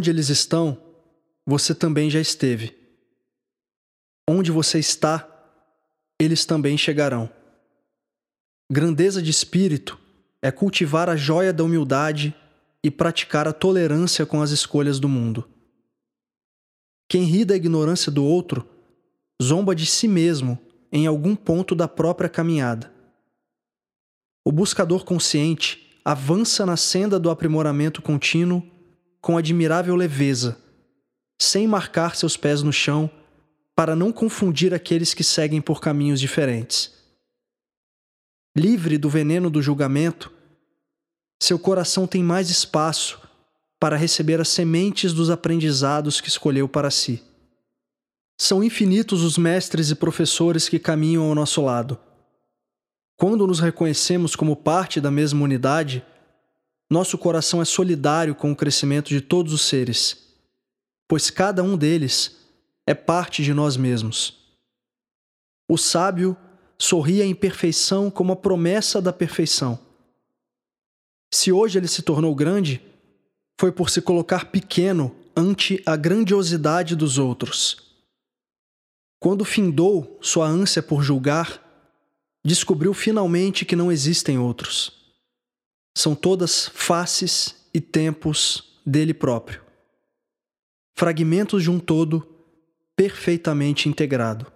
Onde eles estão, você também já esteve. Onde você está, eles também chegarão. Grandeza de espírito é cultivar a joia da humildade e praticar a tolerância com as escolhas do mundo. Quem ri da ignorância do outro, zomba de si mesmo em algum ponto da própria caminhada. O buscador consciente avança na senda do aprimoramento contínuo com admirável leveza, sem marcar seus pés no chão, para não confundir aqueles que seguem por caminhos diferentes. Livre do veneno do julgamento, seu coração tem mais espaço para receber as sementes dos aprendizados que escolheu para si. São infinitos os mestres e professores que caminham ao nosso lado. Quando nos reconhecemos como parte da mesma unidade, nosso coração é solidário com o crescimento de todos os seres, pois cada um deles é parte de nós mesmos. O sábio sorri à imperfeição como a promessa da perfeição. Se hoje ele se tornou grande, foi por se colocar pequeno ante a grandiosidade dos outros. Quando findou sua ânsia por julgar, descobriu finalmente que não existem outros. São todas faces e tempos dele próprio. Fragmentos de um todo perfeitamente integrado.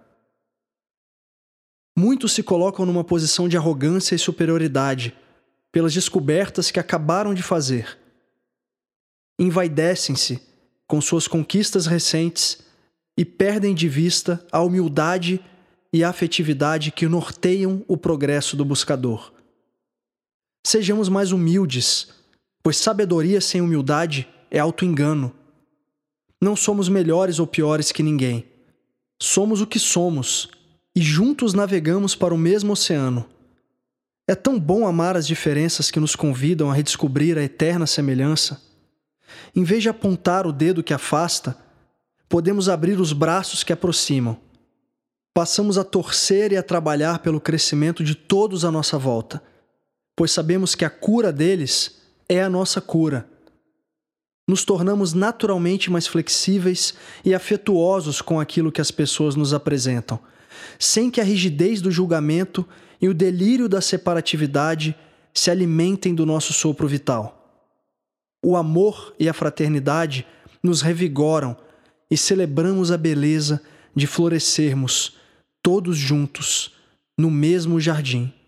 Muitos se colocam numa posição de arrogância e superioridade pelas descobertas que acabaram de fazer. Envaidecem-se com suas conquistas recentes e perdem de vista a humildade e a afetividade que norteiam o progresso do buscador. Sejamos mais humildes, pois sabedoria sem humildade é auto-engano. Não somos melhores ou piores que ninguém. Somos o que somos e juntos navegamos para o mesmo oceano. É tão bom amar as diferenças que nos convidam a redescobrir a eterna semelhança. Em vez de apontar o dedo que afasta, podemos abrir os braços que aproximam. Passamos a torcer e a trabalhar pelo crescimento de todos à nossa volta, pois sabemos que a cura deles é a nossa cura. Nos tornamos naturalmente mais flexíveis e afetuosos com aquilo que as pessoas nos apresentam, sem que a rigidez do julgamento e o delírio da separatividade se alimentem do nosso sopro vital. O amor e a fraternidade nos revigoram e celebramos a beleza de florescermos, todos juntos, no mesmo jardim.